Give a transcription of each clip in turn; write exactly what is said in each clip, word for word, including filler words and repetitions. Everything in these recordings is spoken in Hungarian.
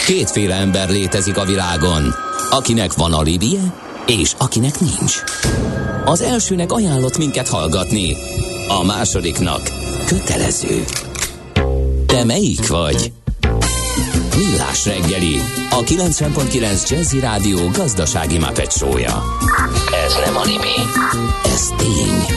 Kétféle ember létezik a világon, akinek van alibije, és akinek nincs. Az elsőnek ajánlott minket hallgatni, a másodiknak kötelező. Te melyik vagy? Millás reggeli, a kilencven pont kilenc Jazzy Rádió gazdasági Muppet show-ja. Ez nem anime, ez tény.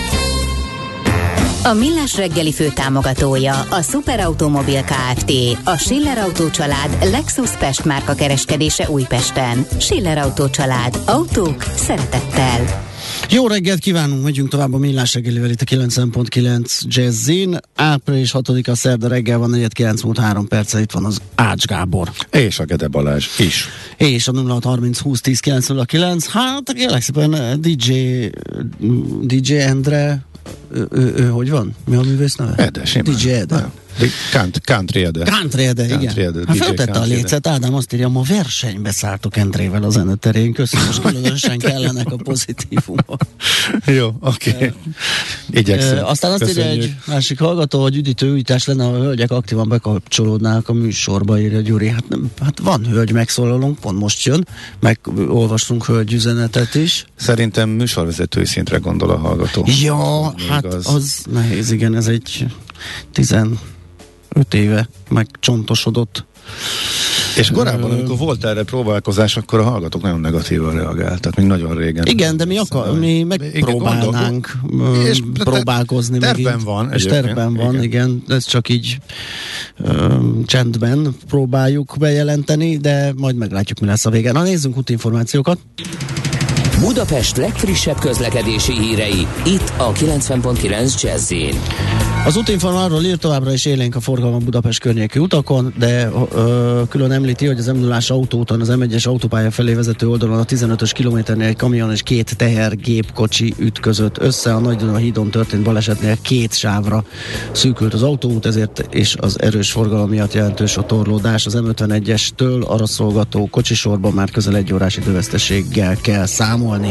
A Millás reggeli főtámogatója a Superautomobil Kft. A Schiller Autó család Lexus Pest márka kereskedése Újpesten. Schiller Autó család. Autók szeretettel. Jó reggelt kívánunk, megyünk tovább a Millás reggelivel itt a kilencven pont kilenc Jazzin. április hatodika szerda reggel van, negyven kilenc múlt három perccel, itt van az Ács Gábor. És a Gede Balázs is. És a nulla hat harminc húsz tíz kilenc nulla kilenc. Hát, kérlek szépen, dé dzsé dé dzsé Endre, ő, ő, ő hogy van? Mi a művész neve? Ede, simán. dé dzsé Ede. Country Ede. Country Ede, igen. Hát feltette a lécet, Ádám azt írja, ma versenybe szálltok Endrével a zeneterén. Köszönöm, most különösen kellenek a pozitívumok. Jó, oké. Okay. Igyekszem. Aztán azt írja egy másik hallgató, hogy üdítő újítás lenne, ha a hölgyek aktívan bekapcsolódnának a műsorba, írja Gyuri. Hát, nem, hát van hölgy megszólalunk, pont most jön, meg olvastunk hölgy üzenetet is. Szerintem műsorvezetői szintre gondol a hallgató. Ja, hát az... az nehéz, igen, ez egy tizen öt éve megcsontosodott. És korábban, amikor volt erre próbálkozás, akkor a hallgatók nagyon negatívan reagáltak, még nagyon régen. Igen, de mi, akar, mi megpróbálnánk és próbálkozni. Tervben van. És tervben van, igen. igen. Ez csak így ö, csendben próbáljuk bejelenteni, de majd meglátjuk, mi lesz a vége. Na, nézzünk útinformációkat. Budapest legfrissebb közlekedési hírei, itt a kilencven pont kilenc Jazzin. Az útinform arról ír, továbbra is élénk a forgalom Budapest környéki utakon, de ö, külön említi, hogy az em nullás autóúton, az em egyes autópálya felé vezető oldalon a tizenötös kilométernél egy kamion és két tehergépkocsi ütközött össze. A Nagy-Duna hídon történt balesetnél két sávra szűkült az autóút, ezért és az erős forgalom miatt jelentős a torlódás. Az em ötvenegyestől arra szolgató kocsisorban már közel egy órás időveszteséggel kell számolni.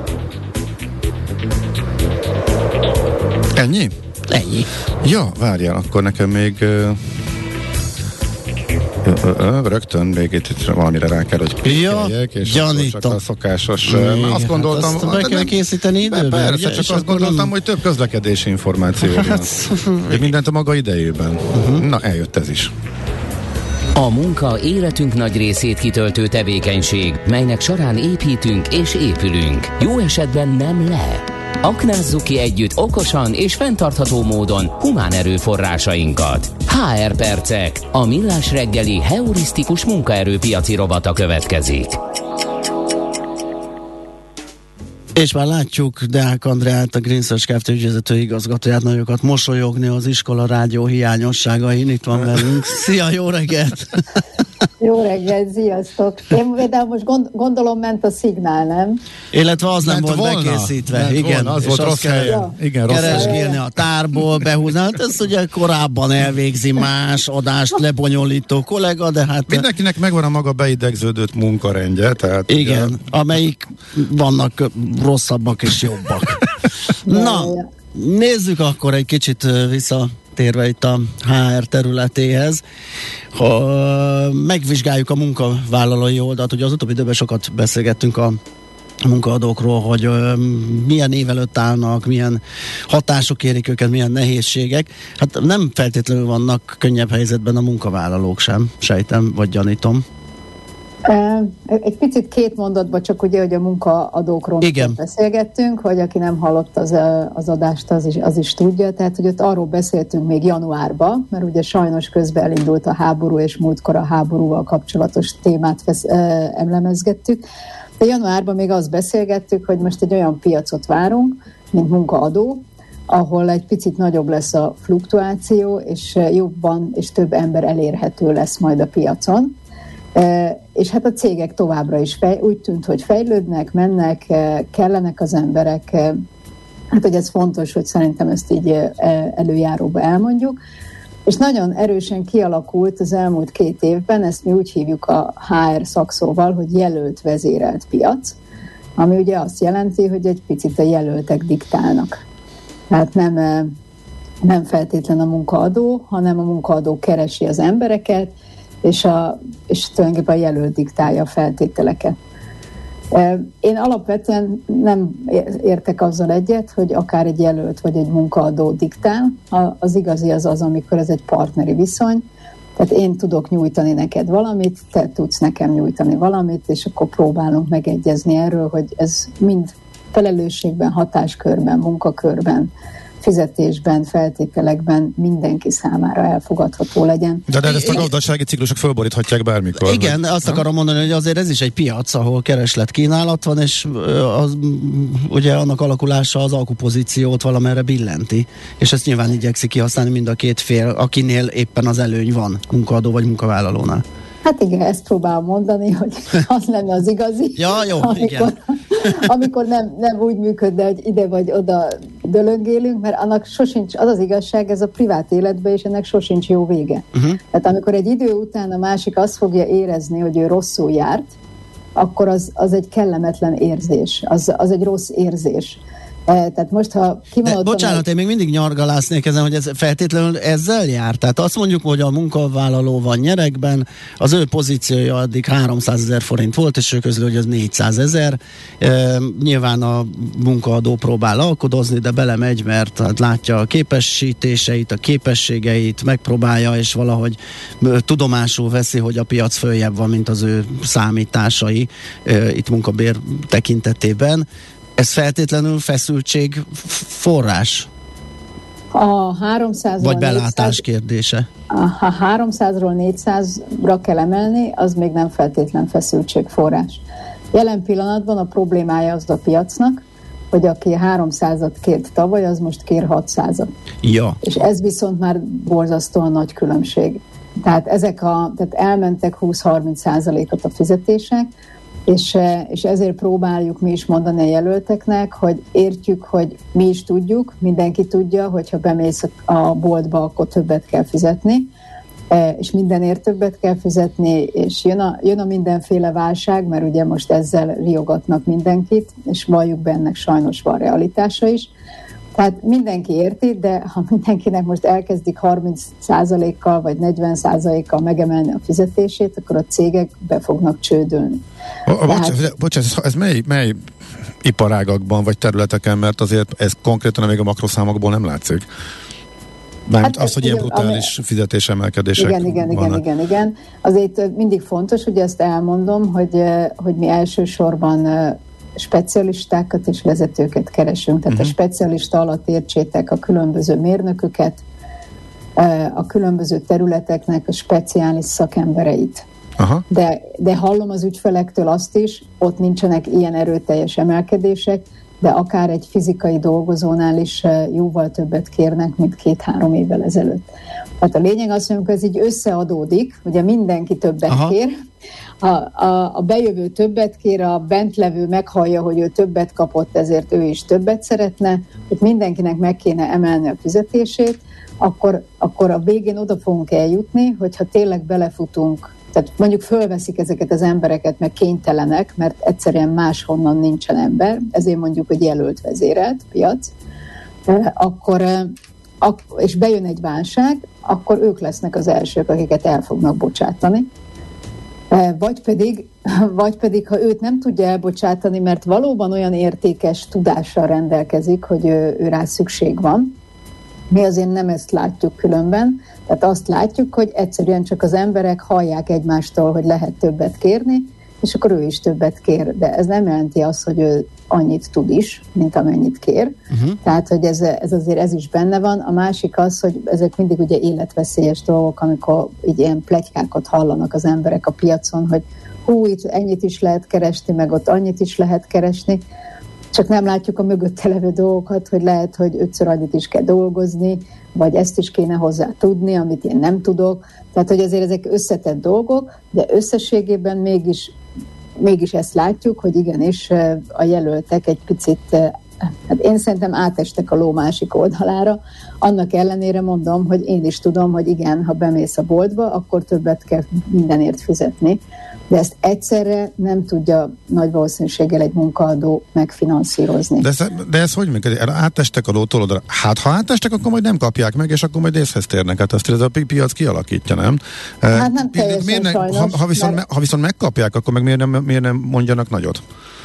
Ennyi? Ennyi. Ja, várjál, akkor nekem még ö, ö, ö, ö, rögtön még itt valamire rá kell, hogy klikkeljek, és csak a szokásos. Igen, azt gondoltam, hát azt be kell készíteni időben. Persze, ugye, csak azt gondoltam, nem... hogy több közlekedési információ van. De mindent a maga idejében. Uh-huh. Na, eljött ez is. A munka életünk nagy részét kitöltő tevékenység, melynek során építünk és épülünk. Jó esetben nem le. Aknázzuk ki együtt okosan és fenntartható módon humán erőforrásainkat. há er Percek, a Millás reggeli heurisztikus munkaerőpiaci rovata következik. És már látjuk Deák Andreát, a Green Search Kft. Ügyvezető igazgatóját nagyokat mosolyogni az iskola rádió hiányosságain. Itt van velünk. Szia, jó reggelt! Jó reggelt, sziasztok! Én de most gond, gondolom ment a szignál, nem? Illetve az nem ment volt volna. Bekészítve. Ment igen, volna, az volt rossz helyen. Ja. Igen, rossz keresgélni a tárból, behúzni. Hát ezt ugye korábban elvégzi más adást lebonyolító kollega, de hát... Mindenkinek megvan a maga beidegződött munkarendje, tehát... Igen, ugye... amelyik vannak rosszabbak és jobbak. Na, nézzük akkor egy kicsit vissza térve itt a há er területéhez, ha megvizsgáljuk a munkavállalói oldalt. Ugye az utóbbi időben sokat beszélgettünk a munkaadókról, hogy ö, milyen év előtt állnak, milyen hatások érik őket, milyen nehézségek. Hát nem feltétlenül vannak könnyebb helyzetben a munkavállalók sem, sejtem, vagy gyanítom. Egy picit két mondatban csak ugye, hogy a munkaadókról beszélgettünk, hogy aki nem hallott az, az adást, az is, az is tudja. Tehát, hogy ott arról beszéltünk még januárban, mert ugye sajnos közben elindult a háború, és múltkor a háborúval kapcsolatos témát vesz, eh, emlemezgettük. De januárban még azt beszélgettük, hogy most egy olyan piacot várunk, mint munkaadó, ahol egy picit nagyobb lesz a fluktuáció, és jobban és több ember elérhető lesz majd a piacon. Uh, és hát a cégek továbbra is fej, úgy tűnt, hogy fejlődnek, mennek, uh, kellenek az emberek. Uh, hát, hogy ez fontos, hogy szerintem ezt így uh, előjáróba elmondjuk. És nagyon erősen kialakult az elmúlt két évben, ezt mi úgy hívjuk a há er szakszóval, hogy jelölt vezérelt piac, ami ugye azt jelenti, hogy egy picit a jelöltek diktálnak. Tehát nem, nem feltétlen a munkaadó, hanem a munkaadó keresi az embereket, és, a, és tulajdonképpen a jelölt diktálja a feltételeket. Én alapvetően nem értek azzal egyet, hogy akár egy jelölt vagy egy munkaadó diktál. Az igazi az az, amikor ez egy partneri viszony, tehát én tudok nyújtani neked valamit, te tudsz nekem nyújtani valamit, és akkor próbálunk megegyezni erről, hogy ez mind felelősségben, hatáskörben, munkakörben, fizetésben, feltételekben mindenki számára elfogadható legyen. De, de ezt a gazdasági ciklusok fölboríthatják bármikor. Igen, vagy, azt nem? akarom mondani, hogy azért ez is egy piac, ahol kereslet-kínálat van, és az, ugye annak alakulása az alkupozíciót valamerre billenti, és ezt nyilván igyekszik kihasználni mind a két fél, akinél éppen az előny van, munkaadó vagy munkavállalónál. Hát igen, ezt próbálom mondani, hogy az lenne az igazi. Ja, jó, amikor, igen. amikor nem, nem úgy működne, hogy ide vagy oda dölöngélünk, mert annak sosincs, az az igazság, ez a privát életben, és ennek sosincs jó vége. Uh-huh. Tehát amikor egy idő után a másik azt fogja érezni, hogy ő rosszul járt, akkor az, az egy kellemetlen érzés, az, az egy rossz érzés. Tehát most, ha kimondottam... Bocsánat, én még mindig nyargalásznék ezen, hogy ez feltétlenül ezzel jár. Tehát azt mondjuk, hogy a munkavállaló van nyerekben, az ő pozíciója addig háromszázezer forint volt, és ő közül, hogy az négyszázezer. E, nyilván a munkaadó próbál alkudozni, de belemegy, mert hát látja a képesítéseit, a képességeit, megpróbálja, és valahogy tudomásul veszi, hogy a piac följebb van, mint az ő számításai e, itt munkabér tekintetében. Ez feltétlenül feszültség forrás? A háromszázról vagy belátás négyszáz, kérdése? Ha háromszázról négyszázra kell emelni, az még nem feltétlen feszültség forrás. Jelen pillanatban a problémája az a piacnak, hogy aki háromszázat kért tavaly, az most kér hatszázat. Ja. És ez viszont már borzasztóan nagy különbség. Tehát ezek a, tehát elmentek húsz-harminc százalékot a fizetések, És, és ezért próbáljuk mi is mondani a jelölteknek, hogy értjük, hogy mi is tudjuk, mindenki tudja, hogyha bemész a boltba, akkor többet kell fizetni, és mindenért többet kell fizetni, és jön a, jön a mindenféle válság, mert ugye most ezzel riogatnak mindenkit, és valljuk be, ennek sajnos van realitása is. Tehát mindenki érti, de ha mindenkinek most elkezdik harminc százalékkal vagy negyven százalékkal megemelni a fizetését, akkor a cégek be fognak csődölni. Tehát... Bocsánat, ez mely, mely iparágakban vagy területeken, mert azért ez konkrétan még a makroszámokból nem látszik? Mármint hát, az, hogy ilyen brutális ami... fizetésemelkedések igen, igen, igen, vannak. igen, igen. Azért mindig fontos, hogy ezt elmondom, hogy, hogy mi elsősorban specialistákat és vezetőket keresünk. Tehát uh-huh. a specialista alatt értsétek a különböző mérnököket, a különböző területeknek a speciális szakembereit. Aha. De, de hallom az ügyfelektől azt is, ott nincsenek ilyen erőteljes emelkedések, de akár egy fizikai dolgozónál is jóval többet kérnek, mint két-három évvel ezelőtt. Tehát a lényeg az, hogy ez így összeadódik, ugye mindenki többet Aha. kér, a, a, a bejövő többet kér, a bentlevő meghallja, hogy ő többet kapott, ezért ő is többet szeretne, hogy mindenkinek meg kéne emelni a fizetését, akkor, akkor a végén oda fogunk eljutni, hogyha tényleg belefutunk, tehát mondjuk fölveszik ezeket az embereket, meg kénytelenek, mert egyszerűen máshonnan nincsen ember, ezért mondjuk, hogy jelölt vezérelt piac, akkor, és bejön egy válság, akkor ők lesznek az elsők, akiket el fognak bocsátani. Vagy pedig, vagy pedig, ha őt nem tudja elbocsátani, mert valóban olyan értékes tudással rendelkezik, hogy ő, ő rá szükség van. Mi azért nem ezt látjuk különben, tehát azt látjuk, hogy egyszerűen csak az emberek hallják egymástól, hogy lehet többet kérni, és akkor ő is többet kér, de ez nem jelenti azt, hogy ő annyit tud is, mint amennyit kér. Uh-huh. Tehát, hogy ez, ez azért ez is benne van. A másik az, hogy ezek mindig ugye életveszélyes dolgok, amikor így ilyen pletykákat hallanak az emberek a piacon, hogy hú, itt ennyit is lehet keresni, meg ott annyit is lehet keresni, csak nem látjuk a mögötte levő dolgokat, hogy lehet, hogy ötször annyit is kell dolgozni, vagy ezt is kéne hozzá tudni, amit én nem tudok. Tehát, hogy azért ezek összetett dolgok, de összességében mégis, mégis ezt látjuk, hogy igenis a jelöltek egy picit hát én szerintem átestek a ló másik oldalára, annak ellenére mondom, hogy én is tudom, hogy igen, ha bemész a boltba, akkor többet kell mindenért fizetni, de ezt egyszerre nem tudja nagy valószínűséggel egy munkaadó megfinanszírozni. De ez, de ez hogy működik? Átestek a lótól oda. Hát ha átestek, akkor majd nem kapják meg, és akkor majd észhez térnek. Hát ezt ez a piac kialakítja, nem? Hát nem teljesen miért ne, sajnos. Ha, ha, viszont, mert... ha viszont megkapják, akkor meg miért nem, miért nem mondjanak nagyot?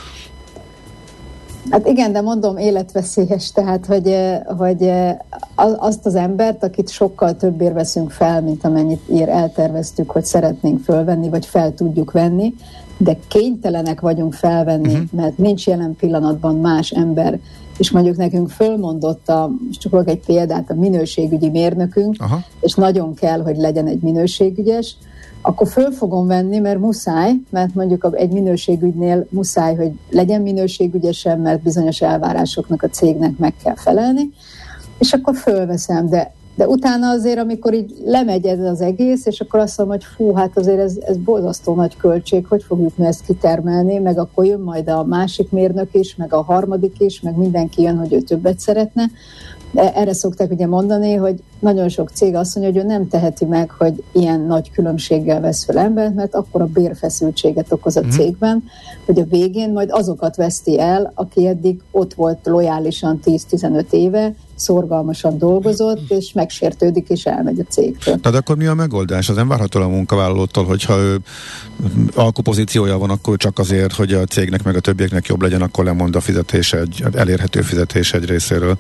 Hát igen, de mondom, életveszélyes, tehát, hogy, hogy azt az embert, akit sokkal többért veszünk fel, mint amennyit ér elterveztük, hogy szeretnénk fölvenni, vagy fel tudjuk venni, de kénytelenek vagyunk felvenni, uh-huh. mert nincs jelen pillanatban más ember, és mondjuk nekünk fölmondotta, most csak egy példát, a minőségügyi mérnökünk, aha. és nagyon kell, hogy legyen egy minőségügyes, akkor föl fogom venni, mert muszáj, mert mondjuk egy minőségügynél muszáj, hogy legyen minőségügyesen, mert bizonyos elvárásoknak a cégnek meg kell felelni, és akkor fölveszem, de, de utána azért, amikor így lemegy ez az egész, és akkor azt mondom, hogy fú, hát azért ez, ez borzasztó nagy költség, hogy fogjuk mi ezt kitermelni, meg akkor jön majd a másik mérnök is, meg a harmadik is, meg mindenki jön, hogy ő többet szeretne. De erre szokták ugye mondani, hogy nagyon sok cég azt mondja, hogy ő nem teheti meg, hogy ilyen nagy különbséggel vesz fel embert, mert akkor a bérfeszültséget okoz a cégben, hogy a végén majd azokat veszti el, aki eddig ott volt lojálisan tíz-tizenöt éve, szorgalmasan dolgozott, és megsértődik, és elmegy a cégtől. Tehát akkor mi a megoldás? Az nem várható a munkavállalótól, hogyha ő alkupozíciója van, akkor csak azért, hogy a cégnek meg a többieknek jobb legyen, akkor lemond a fizetés egy, elérhető fizetés egy részéről.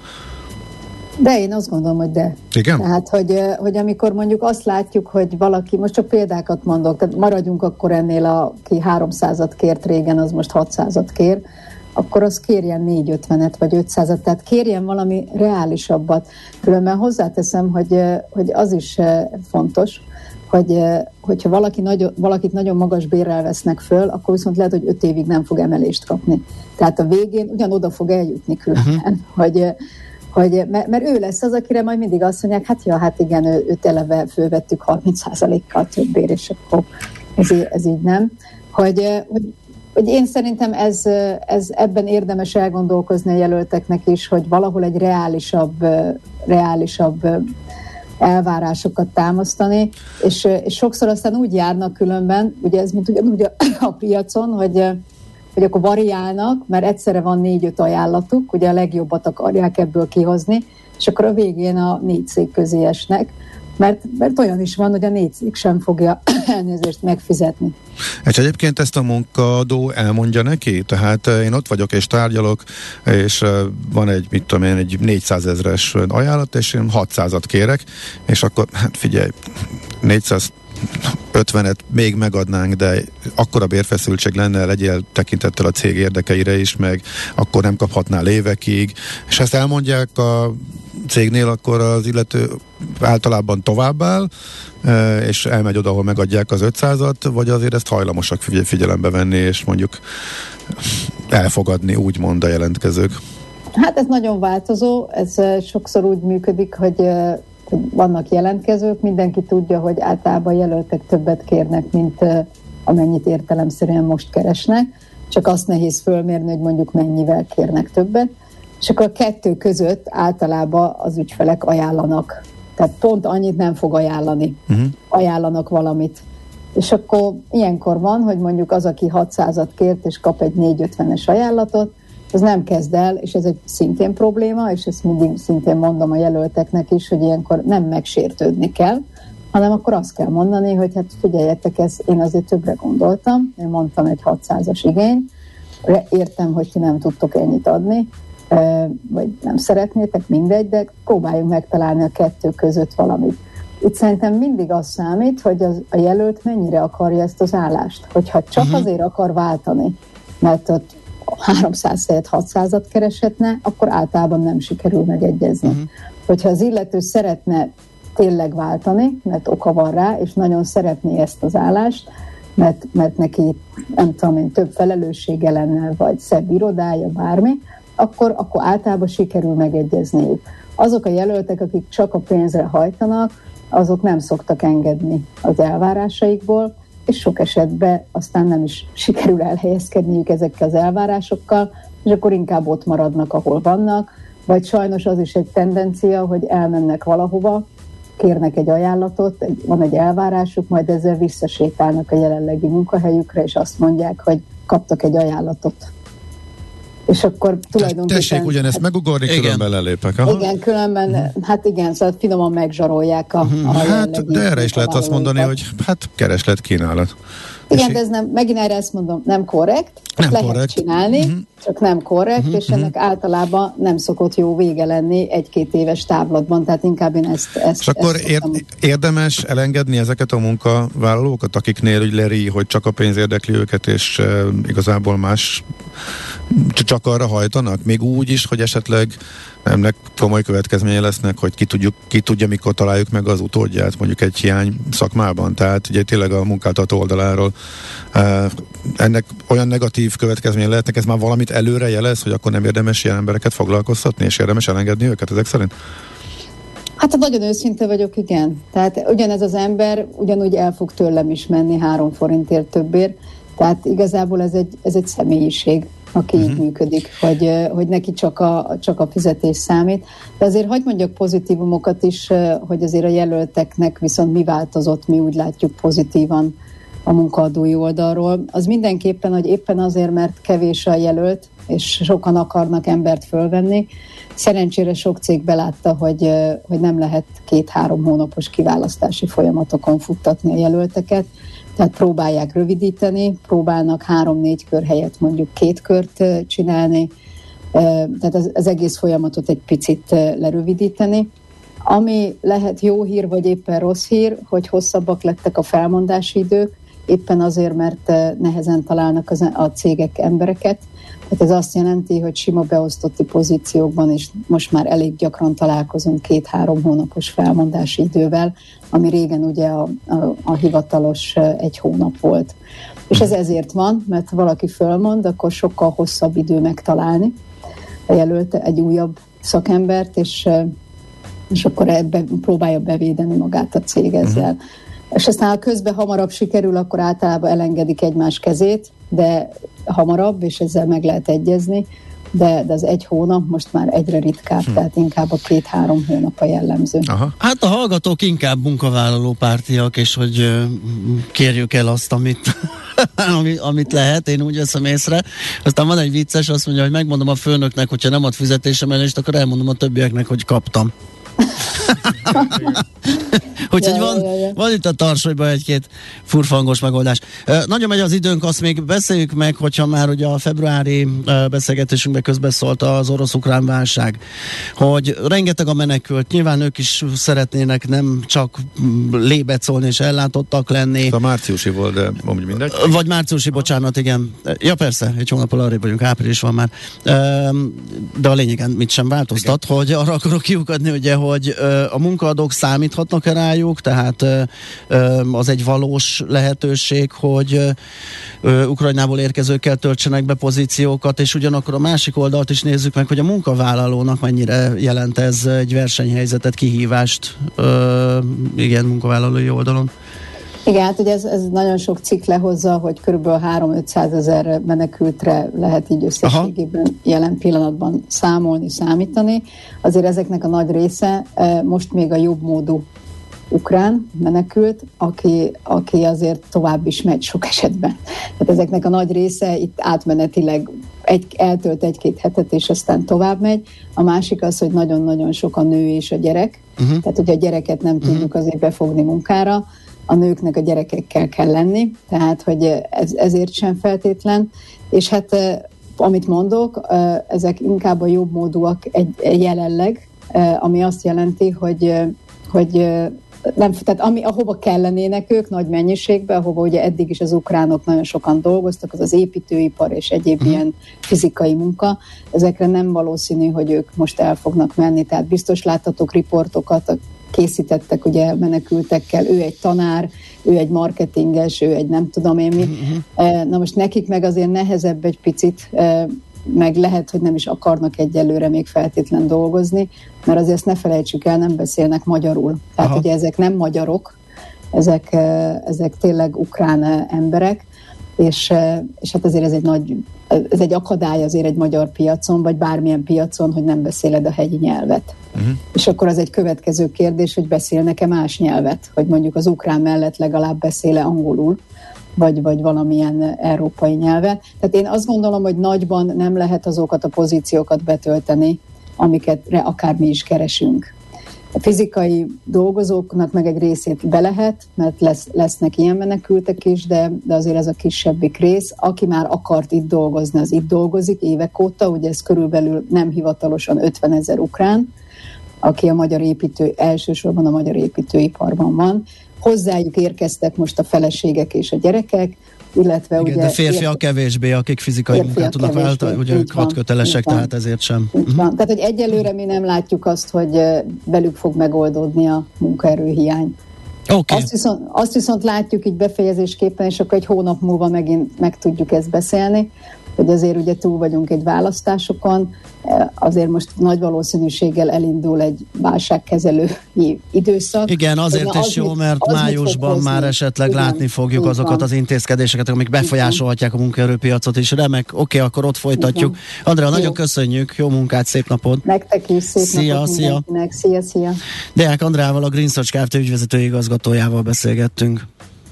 De én azt gondolom, hogy de. Igen? Tehát, hogy, hogy amikor mondjuk azt látjuk, hogy valaki, most csak példákat mondok, tehát maradjunk akkor ennél, aki háromszázat kért régen, az most hatszázat kér, akkor az kérjen négyszázötvenet vagy ötszázat, tehát kérjen valami reálisabbat. Különben hozzáteszem, hogy, hogy az is fontos, hogy, hogyha valaki nagyon, valakit nagyon magas bérrel vesznek föl, akkor viszont lehet, hogy öt évig nem fog emelést kapni. Tehát a végén ugyanoda fog eljutni különben, uh-huh. hogy Hogy, mert, mert ő lesz az, akire majd mindig azt mondják, hát ja, hát igen, ő, őt eleve fölvettük harminc százalékkal többért, és akkor ez, ez így nem. Hogy, hogy, hogy én szerintem ez, ez ebben érdemes elgondolkozni a jelölteknek is, hogy valahol egy reálisabb, reálisabb elvárásokat támasztani, és, és sokszor aztán úgy járnak különben, ugye ez mint ugyanúgy a, a piacon, hogy hogy akkor variálnak, mert egyszerre van négy-öt ajánlatuk, ugye a legjobbat akarják ebből kihozni, és akkor a végén a négy cég közé esnek, mert, mert olyan is van, hogy a négy cég sem fogja elnézést megfizetni. És egyébként ezt a munkadó elmondja neki? Tehát én ott vagyok és tárgyalok, és van egy, mit tudom én, egy négyszázezres ajánlat, és én hatszázat kérek, és akkor, hát figyelj, négyszázötvenet még megadnánk, de akkora bérfeszültség lenne, legyél tekintettel a cég érdekeire is, meg akkor nem kaphatnál évekig, és ezt elmondják a cégnél, akkor az illető általában továbbáll, és elmegy oda, ahol megadják az ötszázat, vagy azért ezt hajlamosak figyelembe venni, és mondjuk elfogadni, úgymond a jelentkezők? Hát ez nagyon változó, ez sokszor úgy működik, hogy hogy vannak jelentkezők, mindenki tudja, hogy általában jelöltek többet kérnek, mint uh, amennyit értelemszerűen most keresnek, csak azt nehéz fölmérni, hogy mondjuk mennyivel kérnek többet, és akkor a kettő között általában az ügyfelek ajánlanak. Tehát pont annyit nem fog ajánlani. Uh-huh. Ajánlanak valamit. És akkor ilyenkor van, hogy mondjuk az, aki hatszázat kért, és kap egy négyszázötvenes ajánlatot, az nem kezd el, és ez egy szintén probléma, és ezt mindig szintén mondom a jelölteknek is, hogy ilyenkor nem megsértődni kell, hanem akkor azt kell mondani, hogy hát figyeljetek, ez, én azért többre gondoltam, én mondtam egy hatszázas igény, értem, hogy ti nem tudtok ennyit adni, vagy nem szeretnétek, mindegy, de próbáljunk megtalálni a kettő között valamit. Itt szerintem mindig az számít, hogy az, a jelölt mennyire akarja ezt az állást. Hogyha csak uh-huh. azért akar váltani, mert ott háromszáz helyett hatszázat kereshetne, akkor általában nem sikerül megegyezni. Uh-huh. Hogyha az illető szeretne tényleg váltani, mert oka van rá, és nagyon szeretné ezt az állást, mert, mert neki, nem tudom én, több felelőssége lenne, vagy szebb irodája, bármi, akkor, akkor általában sikerül megegyezniük. Azok a jelöltek, akik csak a pénzre hajtanak, azok nem szoktak engedni az elvárásaikból, és sok esetben aztán nem is sikerül elhelyezkedniük ezekkel az elvárásokkal, és akkor inkább ott maradnak, ahol vannak, vagy sajnos az is egy tendencia, hogy elmennek valahova, kérnek egy ajánlatot, egy, van egy elvárásuk, majd ezzel visszasétálnak a jelenlegi munkahelyükre, és azt mondják, hogy kaptak egy ajánlatot. És akkor tulajdonképpen... Tessék ugyanezt megugorni, különben lelépek. Aha. Igen, különben, uh-huh. hát igen, szóval finoman megzsarolják a, uh-huh. a Hát, de erre is lehet azt mondani, hogy hát kereslet, kínálat. Igen, de ez nem, megint erre ezt mondom, nem korrekt, nem lehet korrekt. csinálni, uh-huh. csak nem korrekt, uh-huh. és ennek uh-huh. általában nem szokott jó vége lenni egy-két éves távlatban, tehát inkább én ezt... ezt és akkor ezt ér- érdemes elengedni ezeket a munkavállalókat, akiknél úgy leri, hogy csak a pénz érdekli őket, és uh, igazából más csak arra hajtanak? Még úgy is, hogy esetleg ennek komoly következménye lesznek, hogy ki, tudjuk, ki tudja, mikor találjuk meg az utódját, mondjuk egy hiány szakmában. Tehát ugye tényleg a munkáltató oldaláról uh, ennek olyan negatív következménye lehetnek, ez már valamit előre jelez, hogy akkor nem érdemes ilyen embereket foglalkoztatni, és érdemes elengedni őket ezek szerint? Hát nagyon őszinte vagyok, igen. Tehát ugyanez az ember ugyanúgy el fog tőlem is menni három forintért többért. Tehát igazából ez egy, ez egy személyiség, aki uh-huh. így működik, hogy, hogy neki csak a, csak a fizetés számít. De azért hagyd mondjak pozitívumokat is, hogy azért a jelölteknek viszont mi változott, mi úgy látjuk pozitívan a munkaadói oldalról. Az mindenképpen, hogy éppen azért, mert kevés a jelölt, és sokan akarnak embert fölvenni. Szerencsére sok cég belátta, hogy, hogy nem lehet két-három hónapos kiválasztási folyamatokon futtatni a jelölteket, tehát próbálják rövidíteni, próbálnak három-négy kör helyett mondjuk két kört csinálni, tehát az, az egész folyamatot egy picit lerövidíteni. Ami lehet jó hír, vagy éppen rossz hír, hogy hosszabbak lettek a felmondási idők, éppen azért, mert nehezen találnak az, a cégek embereket. Tehát ez azt jelenti, hogy sima beosztotti pozíciókban is most már elég gyakran találkozunk két-három hónapos felmondási idővel, ami régen ugye a, a, a hivatalos egy hónap volt. És ez ezért van, mert ha valaki fölmond, akkor sokkal hosszabb idő megtalálni a jelölte egy újabb szakembert, és, és akkor ebbe próbálja bevédeni magát a cég ezzel. Uh-huh. És aztán ha közben hamarabb sikerül, akkor általában elengedik egymás kezét, de hamarabb, és ezzel meg lehet egyezni, de, de az egy hónap most már egyre ritkább, hm. tehát inkább a két-három hónap a jellemző. Aha. Hát a hallgatók inkább munkavállaló pártiak, és hogy uh, kérjük el azt, amit, amit lehet, én úgy veszem észre. Aztán van egy vicces, azt mondja, hogy megmondom a főnöknek, hogyha nem ad fizetésemelést, akkor elmondom a többieknek, hogy kaptam. Úgyhogy ja, van, ja, ja. van itt a tarsolyban egy-két furfangos megoldás. Nagyon megy az időnk, azt még beszéljük meg, hogyha már ugye a februári beszélgetésünkbe közbeszólt az orosz-ukrán válság, hogy rengeteg a menekült, nyilván ők is szeretnének nem csak lébecolni és ellátottak lenni. A márciusi volt, de amúgy mindegy. Vagy márciusi, bocsánat, igen. Ja persze, egy hónappal arrébb vagyunk, április van már. De a lényegen mit sem változtat, igen. Hogy arra akarok kiukadni, ugye, hogy a munkaadók számíthatnak-e rájuk, tehát az egy valós lehetőség, hogy Ukrajnából érkezőkkel töltsenek be pozíciókat, és ugyanakkor a másik oldalt is nézzük meg, hogy a munkavállalónak mennyire jelent ez egy versenyhelyzetet, kihívást, igen, munkavállalói oldalon. Igen, hát ugye ez, ez nagyon sok cikk lehozza, hogy körülbelül három-ötszázezer menekültre lehet így összességében Aha. jelen pillanatban számolni, számítani. Azért ezeknek a nagy része most még a jobb módú ukrán menekült, aki, aki azért tovább is megy sok esetben. Tehát ezeknek a nagy része itt átmenetileg egy, eltölt egy-két hetet, és aztán tovább megy. A másik az, hogy nagyon-nagyon sok a nő és a gyerek. Uh-huh. Tehát, hogy a gyereket nem uh-huh. tudjuk azért befogni munkára, a nőknek a gyerekekkel kell lenni, tehát, hogy ez, ezért sem feltétlen. És hát, amit mondok, ezek inkább a jobb módúak egy, jelenleg, ami azt jelenti, hogy, hogy nem, tehát ami, ahova kellenének ők nagy mennyiségben, ahova ugye eddig is az ukránok nagyon sokan dolgoztak, az az építőipar és egyéb uh-huh. ilyen fizikai munka, ezekre nem valószínű, hogy ők most el fognak menni, tehát biztos láttatok riportokat, készítettek ugye menekültekkel, ő egy tanár, ő egy marketinges, ő egy nem tudom én mi. Uh-huh. Na most nekik meg azért nehezebb egy picit, meg lehet, hogy nem is akarnak egyelőre még feltétlen dolgozni, mert azért ezt ne felejtsük el, nem beszélnek magyarul. Tehát Aha. ugye ezek nem magyarok, ezek, ezek tényleg ukrán emberek, és, és hát azért ez egy nagy, ez egy akadály azért egy magyar piacon, vagy bármilyen piacon, hogy nem beszéled a hegyi nyelvet. Uh-huh. És akkor az egy következő kérdés, hogy beszélnek-e más nyelvet, hogy mondjuk az ukrán mellett legalább beszéle angolul, vagy, vagy valamilyen európai nyelvet. Tehát én azt gondolom, hogy nagyban nem lehet azokat a pozíciókat betölteni, amiket akár mi is keresünk. A fizikai dolgozóknak meg egy részét be lehet, mert lesz, lesznek ilyen menekültek is, de, de azért ez a kisebbik rész. Aki már akart itt dolgozni, az itt dolgozik évek óta, ugye ez körülbelül nem hivatalosan ötvenezer ukrán, aki a magyar építő, elsősorban a magyar építőiparban van. Hozzájuk érkeztek most a feleségek és a gyerekek, illetve igen, ugye... de férfiak kevésbé, akik fizikai munkát tudnak váltani, ugye ők hadkötelesek, tehát ezért sem. Így van. Tehát, hogy egyelőre mi nem látjuk azt, hogy velük fog megoldódni a munkaerőhiány. Okay. Azt, viszont, azt viszont látjuk így befejezésképpen, és akkor egy hónap múlva megint meg tudjuk ezt beszélni, hogy azért ugye túl vagyunk egy választásokon, azért most nagy valószínűséggel elindul egy válságkezelő időszak. Igen, azért is jó, mert májusban már esetleg igen, látni fogjuk azokat van. Az intézkedéseket, amik befolyásolhatják a munkaerőpiacot is. Remek, oké, okay, akkor ott folytatjuk. Igen. Andrea, nagyon köszönjük, jó munkát, szép napot! Nektek is, szép szia, napot szia. mindenkinek! Szia, szia! Deák Andreával, a Green Search Kft. Ügyvezető igazgatójával beszélgettünk.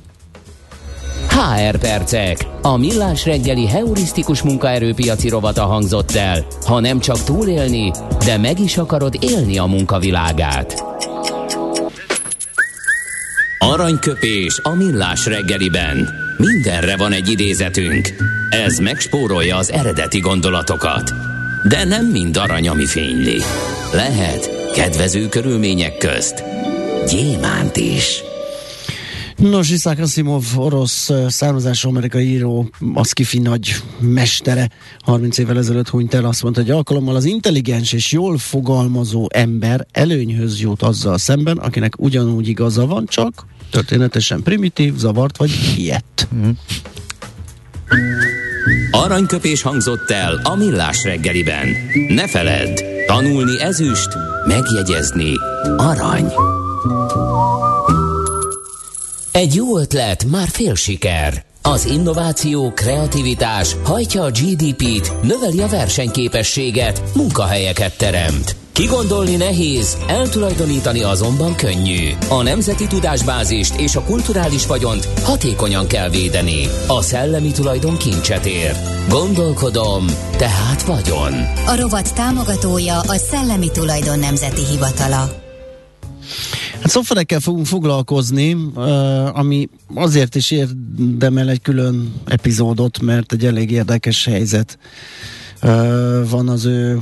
há er percek. A millás reggeli heurisztikus munkaerőpiaci rovata hangzott el. Ha nem csak túlélni, de meg is akarod élni a munkavilágát. Aranyköpés a millás reggeliben. Mindenre van egy idézetünk. Ez megspórolja az eredeti gondolatokat. De nem mind arany, ami fényli. Lehet kedvező körülmények közt gyémánt is. Nos, Isaac Asimov, orosz származású amerikai író, a sci-fi nagy mestere, harminc évvel ezelőtt hunyt el, azt mondta, hogy alkalommal az intelligens és jól fogalmazó ember előnyhöz jut azzal szemben, akinek ugyanúgy igaza van, csak történetesen primitív, zavart vagy ilyet. Mm. Aranyköpés hangzott el a millás reggeliben. Ne feledd, tanulni ezüst, megjegyezni arany. Egy jó ötlet, már fél siker. Az innováció, kreativitás hajtja a gé dé pét, növeli a versenyképességet, munkahelyeket teremt. Kigondolni nehéz, eltulajdonítani azonban könnyű. A nemzeti tudásbázist és a kulturális vagyont hatékonyan kell védeni. A szellemi tulajdon kincset ér. Gondolkodom, tehát vagyon. A rovat támogatója a Szellemi Tulajdon Nemzeti Hivatala. Hát szoftverekkel fogunk foglalkozni, uh, ami azért is érdemel egy külön epizódot, mert egy elég érdekes helyzet uh, van az ő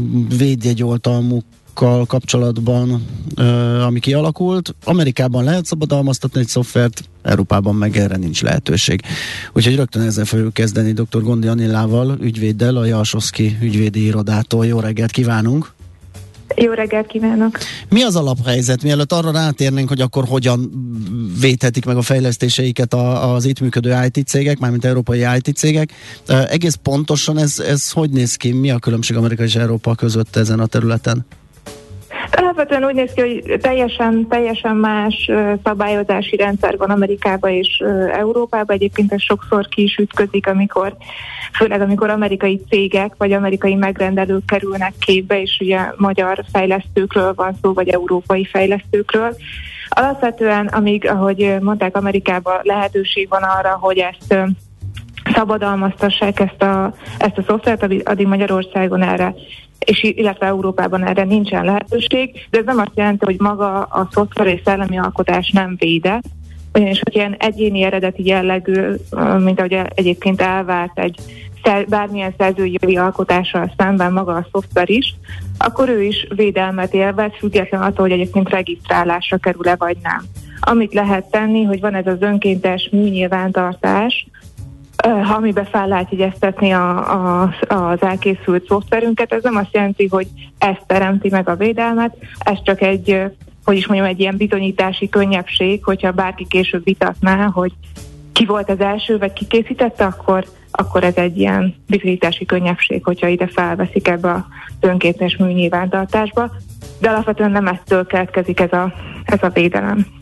védjegyoltalmukkal kapcsolatban, uh, ami kialakult. Amerikában lehet szabadalmaztatni egy szoftvert, Európában meg erre nincs lehetőség. Úgyhogy rögtön ezzel fogjuk kezdeni dr. Gondi Anillával, ügyvéddel, a Jalsowski ügyvédi irodától. Jó reggelt kívánunk! Jó reggelt kívánok! Mi az alaphelyzet? Mielőtt arra rátérnénk, hogy akkor hogyan védhetik meg a fejlesztéseiket a, az itt működő i té cégek, mármint európai i té cégek, uh, egész pontosan ez, ez hogy néz ki? Mi a különbség Amerika és Európa között ezen a területen? Alapvetően úgy néz ki, hogy teljesen, teljesen más szabályozási rendszer van Amerikában és Európában. Egyébként ez sokszor ki is ütközik, amikor, főleg amikor amerikai cégek vagy amerikai megrendelők kerülnek képbe, és ugye magyar fejlesztőkről van szó, vagy európai fejlesztőkről. Alapvetően, amíg, ahogy mondták, Amerikában lehetőség van arra, hogy ezt szabadalmaztassák ezt a, ezt a szoftvert, addig Magyarországon erre, és illetve Európában erre nincsen lehetőség, de ez nem azt jelenti, hogy maga a szoftver és szellemi alkotás nem védett, ugyanis, hogy ilyen egyéni eredeti jellegű, mint ahogy egyébként elvárt egy bármilyen szerzői jogi alkotással szemben maga a szoftver is, akkor ő is védelmet élvez, független attól, hogy egyébként regisztrálásra kerül-e vagy nem. Amit lehet tenni, hogy van ez az önkéntes műnyilvántartás, amiben fel lehet jegyeztetni a, a, az elkészült szoftverünket. Ez nem azt jelenti, hogy ez teremti meg a védelmet, ez csak egy, hogy is mondjam, egy ilyen bizonyítási könnyebbség, hogyha bárki később vitatná, hogy ki volt az első, vagy ki készítette, akkor, akkor ez egy ilyen bizonyítási könnyebbség, hogyha ide felveszik ebbe az önkéntes műnyilvántartásba. De alapvetően nem ettől keletkezik ez a, ez a védelem.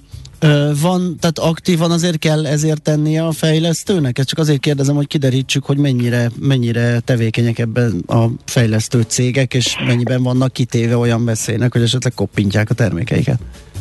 Van, tehát aktívan azért kell ezért tennie a fejlesztőnek? Ezt csak azért kérdezem, hogy kiderítsük, hogy mennyire, mennyire tevékenyek ebben a fejlesztő cégek, és mennyiben vannak kitéve olyan veszélynek, hogy esetleg koppintják a termékeiket.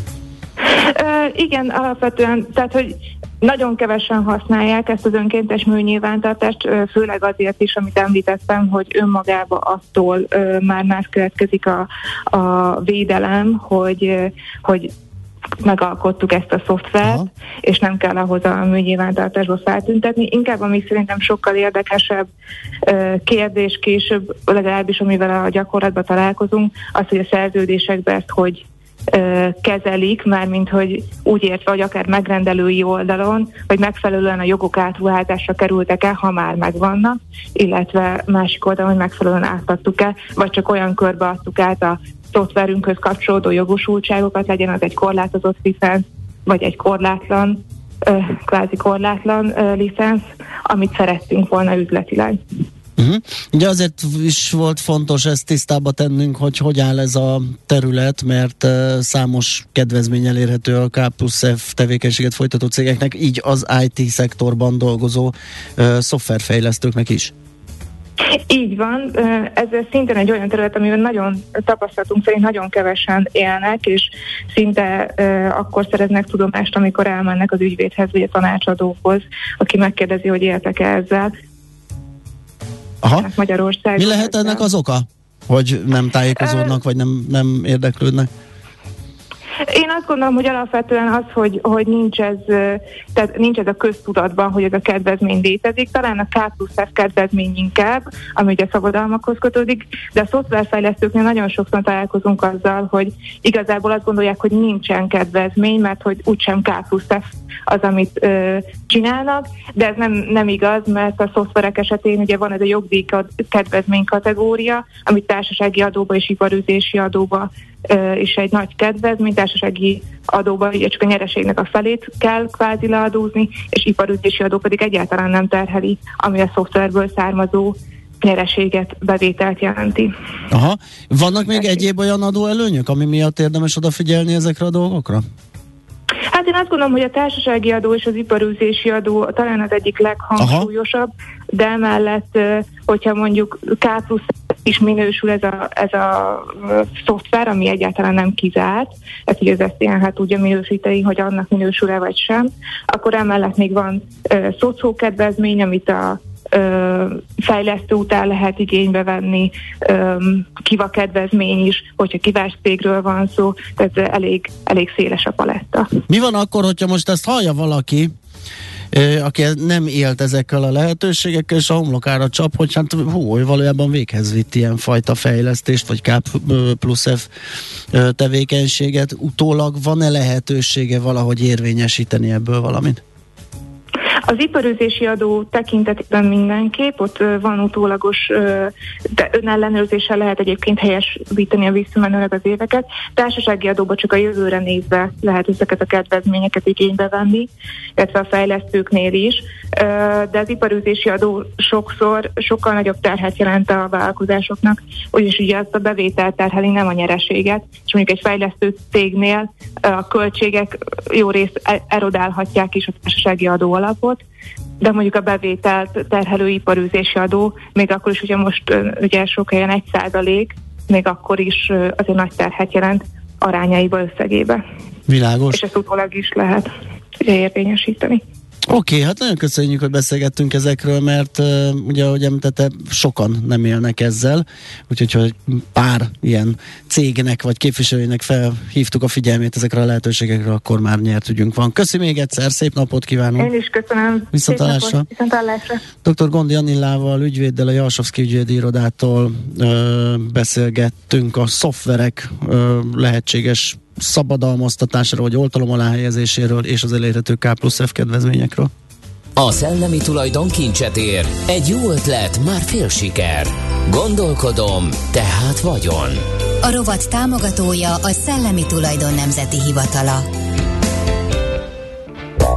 Uh, igen, alapvetően, tehát, hogy nagyon kevesen használják ezt az önkéntes műnyilvántartást, főleg azért is, amit említettem, hogy önmagába attól uh, már más következik a, a védelem, hogy, hogy megalkottuk ezt a szoftvert, aha, és nem kell ahhoz a műnyilvántartásba feltüntetni. Inkább, ami szerintem sokkal érdekesebb uh, kérdés később, legalábbis amivel a gyakorlatban találkozunk, az, hogy a szerződésekben ezt hogy kezelik, mármint hogy úgy értve, hogy akár megrendelői oldalon, hogy megfelelően a jogok átruházásra kerültek el, ha már megvannak, illetve másik oldalon, hogy megfelelően átadtuk el, vagy csak olyan körbe adtuk át a szoftverünkhöz kapcsolódó jogosultságokat, legyen az egy korlátozott licensz, vagy egy korlátlan, kvázi korlátlan licensz, amit szerettünk volna üzletileg. Uh-huh. Ugye azért is volt fontos ezt tisztába tennünk, hogy hogy áll ez a terület, mert uh, számos kedvezmény elérhető a K plusz F tevékenységet folytató cégeknek, így az I T szektorban dolgozó uh, szoftverfejlesztőknek is. Így van, ez szintén egy olyan terület, amiben nagyon tapasztalatunk szerint nagyon kevesen élnek, és szinte uh, akkor szereznek tudomást, amikor elmennek az ügyvédhez, vagy a tanácsadóhoz, aki megkérdezi, hogy éltek-e ezzel. Aha. Mi lehet ennek az oka? Hogy nem tájékozódnak, vagy nem, nem érdeklődnek? Én azt gondolom, hogy alapvetően az, hogy, hogy nincs, ez, tehát nincs ez a köztudatban, hogy ez a kedvezmény létezik. Talán a K plusz F kedvezmény inkább, ami ugye szabadalmakhoz kötődik, de a szoftverfejlesztőknél nagyon sokszor találkozunk azzal, hogy igazából azt gondolják, hogy nincsen kedvezmény, mert hogy úgysem K plusz F az, amit ö, csinálnak, de ez nem, nem igaz, mert a szoftverek esetén ugye van ez a jogdíj kedvezmény kategória, amit társasági adóba és iparüzési adóba ö, is egy nagy kedvezmény, társasági adóba ugye csak a nyereségnek a felét kell kvázi leadózni, és iparüzési adó pedig egyáltalán nem terheli, ami a szoftverből származó nyereséget, bevételt jelenti. Aha. Vannak még egyéb olyan adóelőnyök, ami miatt érdemes odafigyelni ezekre a dolgokra? Hát én azt gondolom, hogy a társasági adó és az iparűzési adó talán az egyik leghangsúlyosabb, aha, de emellett, hogyha mondjuk K plusz is minősül ez a, ez a szoftver, ami egyáltalán nem kizárt, ezt ugye az es zé en há tudja minősíteni, hogy annak minősül-e vagy sem, akkor emellett még van uh, szocókedvezmény, amit a uh, fejlesztő után lehet igénybe venni, um, kiva kedvezmény is, hogyha kivás cégről van szó, tehát elég, elég széles a paletta. Mi van akkor, hogyha most ezt hallja valaki, aki nem élt ezekkel a lehetőségekkel, és a homlokára csap, hogy hát hú, valójában véghez vitt ilyen fajta fejlesztést, vagy K plusz F tevékenységet, utólag van-e lehetősége valahogy érvényesíteni ebből valamit? Az iparűzési adó tekintetében mindenképp, ott van utólagos, de önellenőrzéssel lehet egyébként helyesbíteni a visszamenőleg az éveket. Társasági adóba csak a jövőre nézve lehet ezeket a kedvezményeket igénybe venni, illetve a fejlesztőknél is, de az iparűzési adó sokszor sokkal nagyobb terhet jelent a vállalkozásoknak, úgyis ugye azt a bevételt terheli, nem a nyereséget, és mondjuk egy fejlesztő cégnél a költségek jó részt erodálhatják is a társasági adó alapot, de mondjuk a bevételt terhelő iparűzési adó, még akkor is ugye most ugye sok helyen egy százalék, még akkor is azért nagy terhet jelent arányaiba, összegébe. Világos. És ezt utólag is lehet ugye érvényesíteni. Oké, okay, hát nagyon köszönjük, hogy beszélgettünk ezekről, mert uh, ugye, ahogy említette, sokan nem élnek ezzel, úgyhogy hogy pár ilyen cégnek vagy képviselőinek felhívtuk a figyelmét ezekre a lehetőségekre, akkor már nyert ügyünk van. Köszi még egyszer, szép napot kívánunk! Én is köszönöm! Viszontlátásra! Viszontlátásra! doktor Gondi Annillával, ügyvéddel, a Jalsowski ügyvédi irodától uh, beszélgettünk a szoftverek uh, lehetséges szabadalmaztatásáról, vagy oltalom alá helyezéséről és az elérhető K plusz F kedvezményekről. A szellemi tulajdon kincset ér. Egy jó ötlet, már fél siker. Gondolkodom, tehát vagyon. A rovat támogatója a Szellemi Tulajdon Nemzeti Hivatala.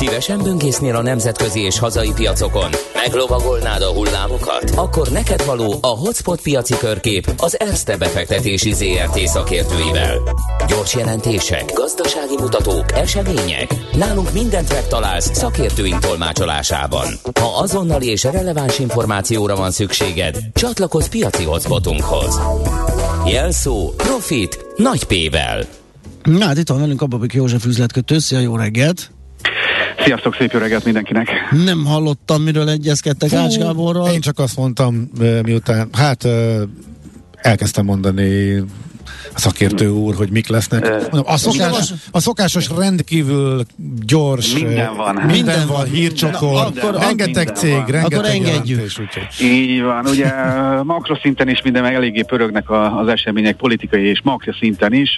Szívesen böngésznél a nemzetközi és hazai piacokon? Meglovagolnád a hullámokat? Akkor neked való a Hotspot piaci körkép az Erste befektetési zé er té szakértőivel. Gyors jelentések, gazdasági mutatók, események. Nálunk mindent megtalálsz szakértőink tolmácsolásában. Ha azonnali és releváns információra van szükséged, csatlakozz piaci hotspotunkhoz. Jelszó Profit nagy P-vel. Na, hát itt van velünk Ababik József üzletkötő. Szia, jó reggelt! Sziasztok, szép jó reggelt mindenkinek! Nem hallottam, miről egyezkedtek Ács Gáborral. Én csak azt mondtam, miután, hát elkezdtem mondani a szakértő úr, hogy mik lesznek. Mondom, a, szokás, a szokásos rendkívül gyors, minden van, minden, minden van, hírcsokor, rengeteg cég, van. rengeteg Akkor engedjük. Jelentés, így van, ugye makroszinten is minden meg eléggé pörögnek a, az események politikai és makroszinten is.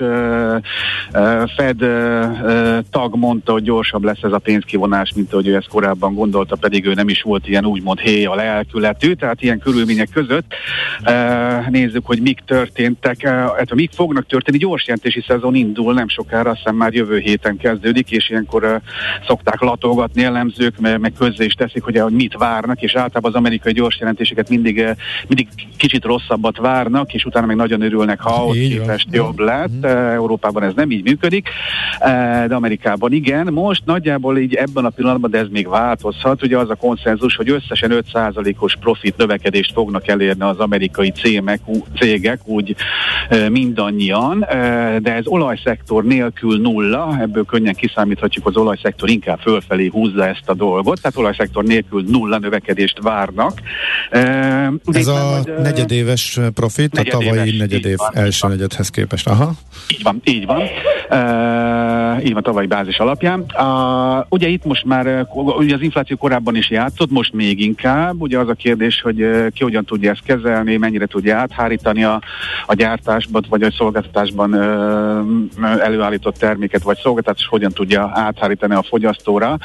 Fed tag mondta, hogy gyorsabb lesz ez a pénzkivonás, mint ahogy ő ezt korábban gondolta, pedig ő nem is volt ilyen úgymond héja lelkületű, tehát ilyen körülmények között nézzük, hogy mik történtek, hát mik fognak történni. Gyors jelentési szezon indul nem sokára, azt hiszem már jövő héten kezdődik, és ilyenkor uh, szokták latolgatni elemzők, meg, meg közzé is teszik, hogy, hogy mit várnak, és általában az amerikai gyors jelentéseket mindig, uh, mindig kicsit rosszabbat várnak, és utána meg nagyon örülnek, ha ahhoz képest jobb lett. Uh, Európában ez nem így működik, uh, de Amerikában igen. Most nagyjából így ebben a pillanatban, de ez még változhat, ugye az a konszenzus, hogy összesen öt százalékos profit növekedést fognak elérni az amerikai cégek, cégek úgy uh, mindannyian, de ez olajszektor nélkül nulla, ebből könnyen kiszámíthatjuk, az olajszektor inkább fölfelé húzza ezt a dolgot, tehát olajszektor nélkül nulla növekedést várnak. Ugye ez a majd, negyedéves profit, negyedéves, a tavalyi negyedév első negyedhez képest. Aha. Így van, így van. Uh, így van, tavalyi bázis alapján. Uh, ugye itt most már, ugye az infláció korábban is játszott, most még inkább. Ugye az a kérdés, hogy uh, ki hogyan tudja ezt kezelni, mennyire tudja áthárítani a, a gyártásban, vagy a szolgáltatásban uh, előállított terméket, vagy szolgáltatást hogyan tudja áthárítani a fogyasztóra.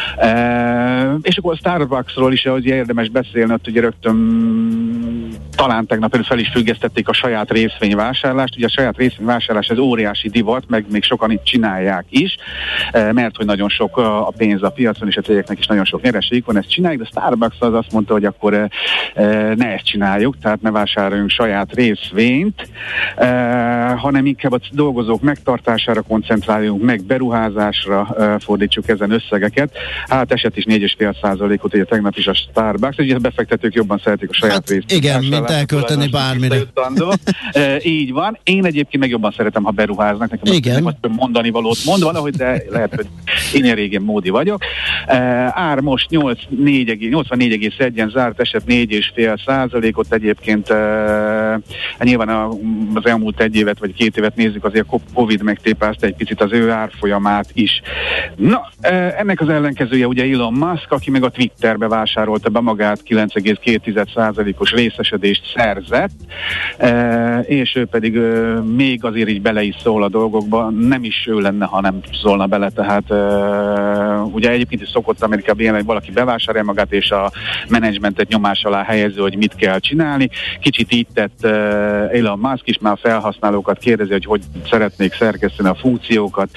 Uh, és akkor a Starbucksról is ugye érdemes beszélni, ott ugye rögtön talán tegnap fel is függesztették a saját részvényvásárlást. Ugye a saját részvényvásárlás ez óriási divat, meg még sokan itt csinálják is, mert hogy nagyon sok a pénz a piacon, és a cégeknek is nagyon sok nyereségük van, ezt csináljuk, de Starbucks az azt mondta, hogy akkor ne ezt csináljuk, tehát ne vásároljunk saját részvényt, hanem inkább a dolgozók megtartására koncentráljunk, meg beruházásra fordítsuk ezen összegeket. Hát esett is négy egész öt százalékot, ugye tegnap is a Starbucks, ugye a befektetők jobban szeretik a saját hát, részt. Igen, mint elkölteni bármire. e, így van. Én egyébként meg jobban szeretem, ha beruháznak. Nekem igen. Most mondani valót mond valahogy, de lehet, hogy én ilyen régen módi vagyok. E, ár most nyolcvannégy egész egy zárt, esett négy egész öt százalékot egyébként. E, nyilván az elmúlt egy évet vagy két évet nézzük, azért a Covid megtépázta egy picit az ő árfolyamát is. Na, e, ennek az ellenkezője ugye Elon Musk, aki meg a Twitterbe vásárolta be magát, kilenc egész két százalékos részesedést szerzett, e, és ő pedig e, még azért így bele is szól a dolgokba, nem is ő lenne, ha nem szólna bele, tehát e, ugye egyébként is szokott Amerikában ilyen, hogy valaki bevásárolja magát, és a menedzsmentet nyomás alá helyező, hogy mit kell csinálni. Kicsit így tett e, Elon Musk is, már a felhasználókat kérdezi, hogy hogy szeretnék szerkeszteni a funkciókat.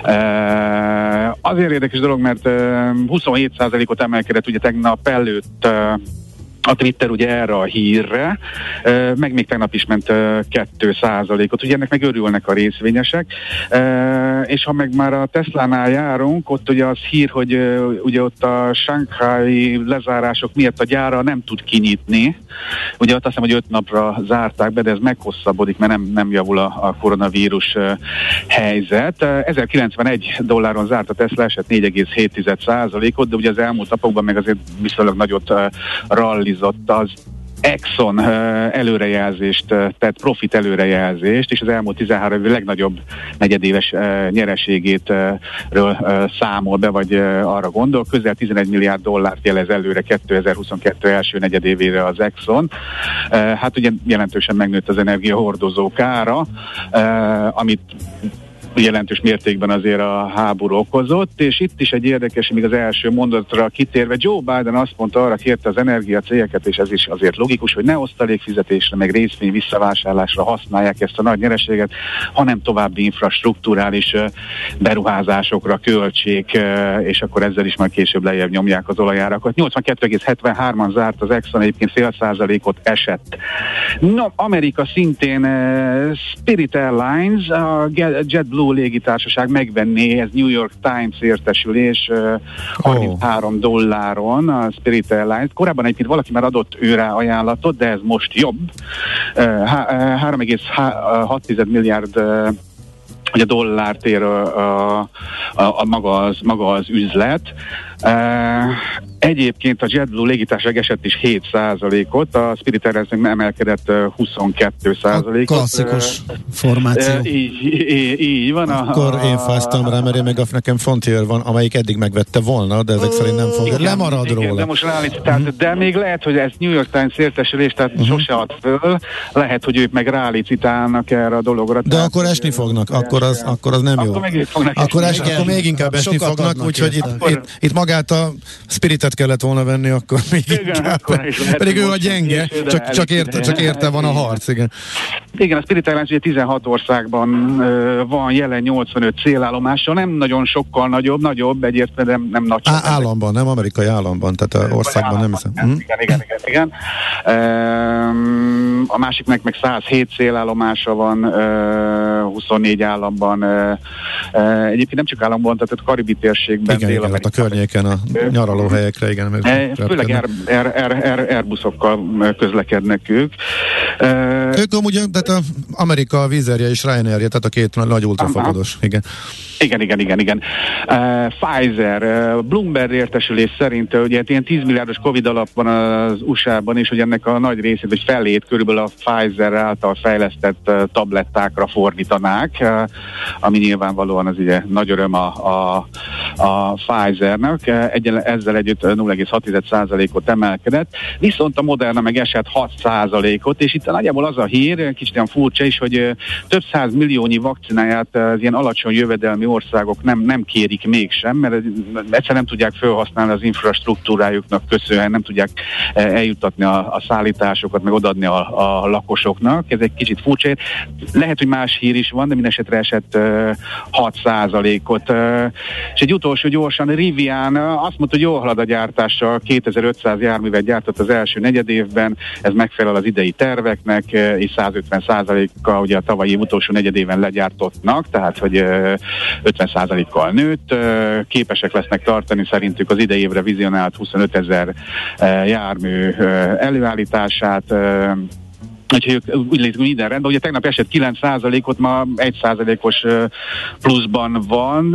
E, azért érdekes dolog, mert e, huszonhét százalékot emelkedett ugye tegnap előtt e, a Twitter ugye erre a hírre, meg még tegnap is ment két százalékot, ugye ennek meg örülnek a részvényesek, és ha meg már a Teslánál járunk, ott ugye az hír, hogy ugye ott a Shanghai lezárások miatt a gyára nem tud kinyitni, ugye ott azt hiszem, hogy öt napra zárták be, de ez meghosszabbodik, mert nem, nem javul a, a koronavírus helyzet. ezerkilencvenegy dolláron zárt a Tesla, esett négy egész hét százalékot, de ugye az elmúlt napokban meg azért viszonylag nagyot rallizott az Exxon előrejelzést, tehát profit előrejelzést, és az elmúlt tizenhárom év legnagyobb negyedéves nyereségétről számol be, vagy arra gondol. Közel tizenegy milliárd dollárt jelez előre kétezer-huszonkettő első negyedévére az Exxon. Hát ugye jelentősen megnőtt az energiahordozók ára, amit jelentős mértékben azért a háború okozott, és itt is egy érdekes, még az első mondatra kitérve, Joe Biden azt mondta, arra kérte az energiacégeket, és ez is azért logikus, hogy ne osztalékfizetésre, meg részvény visszavásárlásra használják ezt a nagy nyereséget, hanem további infrastrukturális beruházásokra költsék, és akkor ezzel is majd később lejjebb nyomják az olajárakat. nyolcvankettő egész hetvenhárman zárt az Exxon, egyébként fél százalékot esett. No, Amerika szintén uh, Spirit Airlines, a JetBlue légitársaság megvenné, ez New York Times értesülés, uh, harminchárom oh. dolláron a Spirit Airlines. Korábban egyébként valaki már adott őre ajánlatot, de ez most jobb. Uh, három egész hat milliárd uh, hogy a dollárt ér a, a, a, a maga, az, maga az üzlet. Uh, egyébként a JetBlue légitársaság esett is hét százalékot, a Spirit Airlines meg emelkedett uh, huszonkettő százalékot. A klasszikus uh, formáció. Uh, így, így, így van. Akkor a, én fáztam rá, mert én meg nekem Frontier van, amelyik eddig megvette volna, de ezek uh, szerint nem fog. Igen, lemarad igen, róla. De most ráállít, tehát, mm. de még lehet, hogy ez New York Times értesülés, tehát uh-huh. sose ad föl, lehet, hogy ők meg rálicitálnak erre a dologra. De akkor esni fognak, akkor az, akkor az nem akkor jó. Még akkor, es, akkor még inkább esni Sokat fognak, úgyhogy itt, itt, itt magát a Spiritet kellett volna venni, akkor még igen, inkább. Akkor pedig ő a gyenge, csak, csak, érte, csak érte van a harc, igen. Igen, a Spirit Airlines ugye tizenhat országban uh, van jelen nyolcvanöt célállomással, nem nagyon sokkal nagyobb, nagyobb, egyértelműen nem, nem nagy. Á, államban, nem amerikai államban, tehát a országban nem hiszem. Igen, igen, igen, igen, igen. Uh, a másiknek meg százhét célállomása van, uh, huszonnégy államban, uh, uh, egyébként nem csak államban, tehát a Karibi térségben. Igen, igen, a környéken a nyaralóhelyekre, igen. Meg főleg Air, Air, Air, Air, Airbuszokkal közlekednek ők. Uh, ők amúgy, tehát a Amerika, a Wizzair és Ryanair, tehát a két nagy ultrafogados, igen. Igen, igen, igen, igen. Uh, Pfizer, uh, Bloomberg értesülés szerint uh, ugye ilyen tíz milliárdos Covid alap van az u es á-ban, és hogy ennek a nagy részét, vagy felét körülbelül a Pfizer által fejlesztett uh, tablettákra fordítanák, uh, ami nyilvánvalóan az ugye nagy öröm a, a, a Pfizernek. Uh, egyen, ezzel együtt nulla egész hat százalékot emelkedett, viszont a Moderna meg esett hat százalékot, és itt nagyjából az a hír, kicsit olyan furcsa is, hogy uh, több száz milliónyi vakcináját uh, az ilyen alacsony jövedelmi országok nem, nem kérik mégsem, mert egyszer nem tudják felhasználni az infrastruktúrájuknak köszönhetően, nem tudják eljuttatni a, a szállításokat, meg odaadni a, a lakosoknak. Ez egy kicsit furcsa. Lehet, hogy más hír is van, de mindesetre esett uh, hat százalékot. Uh, és egy utolsó gyorsan, Rivian azt mondta, hogy jól halad a gyártással, kétezer-ötszáz járművet gyártott az első negyedévben, ez megfelel az idei terveknek, és százötven százalékkal ugye a tavalyi utolsó negyedéven legyártottnak, tehát hogy uh, ötven százalékkal nőtt, képesek lesznek tartani szerintük az idei évre vizionált huszonöt ezer jármű előállítását, úgyhogy úgy létezik minden rendben. Ugye tegnap esett kilenc százalékot, ma egy százalékos pluszban van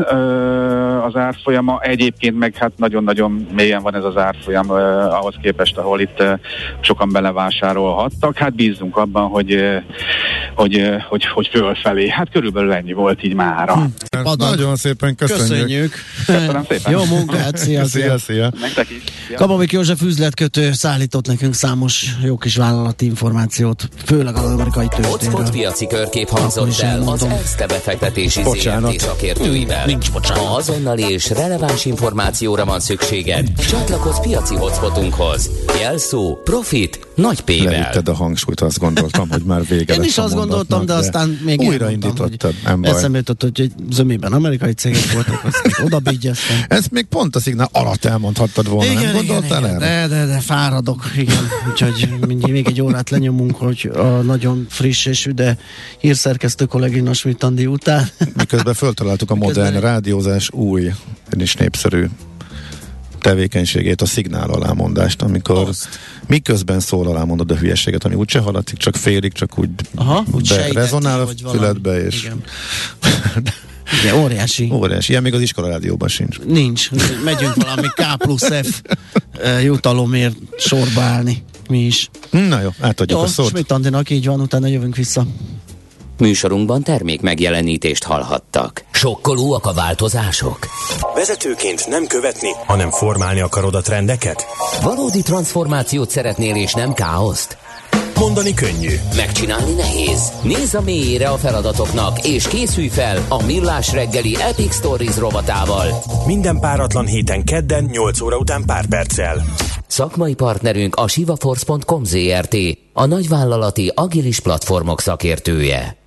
az árfolyama, egyébként meg hát nagyon-nagyon mélyen van ez az árfolyam ahhoz képest, ahol itt sokan belevásárolhattak. Hát bízzunk abban, hogy hogy, hogy, hogy fölfelé. Hát körülbelül ennyi volt így mára. Hm. Nagyon szépen köszönjük. Köszönjük. Köszönöm szépen. Jó munkát, szia, szia. szia. Kababik József üzletkötő szállított nekünk számos jó kis vállalati információt, főleg az amerikai tőzsdéről. Hotspot piaci körkép hangzott el az Erste befektetési zé er té szakértőivel. Nincs bocsánat. Ha azonnali és releváns információra van szükséged, csatlakozz piaci hotspotunkhoz. Jelszó Profit nagy P-vel. Levitted a hangsúlyt, azt gondoltam, hogy már vége. Én is azt gondoltam, de aztán még újraindítottad, nem baj. Eszembe jutott, hogy egy zömében amerikai cégek voltak, azt oda bígyeztem. Ezt még pont a szignál alatt elmondhattad volna, igen, nem gondoltál igen, de, de, de fáradok, igen. Úgyhogy még egy órát lenyomunk, hogy a nagyon friss és üde hírszerkesztő kollégina Schmidt Andi után. Miközben föltaláltuk a modern Miközben... rádiózás új és népszerű tevékenységét, a szignál alámondást, amikor Azt. miközben szól alámondod a hülyeséget, ami úgyse haladszik, csak félig, csak úgy, Aha, úgy rezonál a füledbe, és... Igen. Igen, óriási. Óriási. Ilyen még az iskola rádióban sincs. Nincs. Megyünk valami K plusz F jutalomért sorba állni. Mi is. Na jó, átadjuk jó, a szót. Schmidt Andinak így van, utána jövünk vissza. Műsorunkban termék megjelenítést hallhattak. Sokkolóak a változások? Vezetőként nem követni, hanem formálni akarod a trendeket? Valódi transformációt szeretnél és nem káoszt? Mondani könnyű, megcsinálni nehéz. Nézz a mélyére a feladatoknak, és készülj fel a Millás reggeli Epic Stories rovatával. Minden páratlan héten kedden nyolc óra után pár perccel. Szakmai partnerünk a sivaforce pont com Zrt., a nagyvállalati agilis platformok szakértője.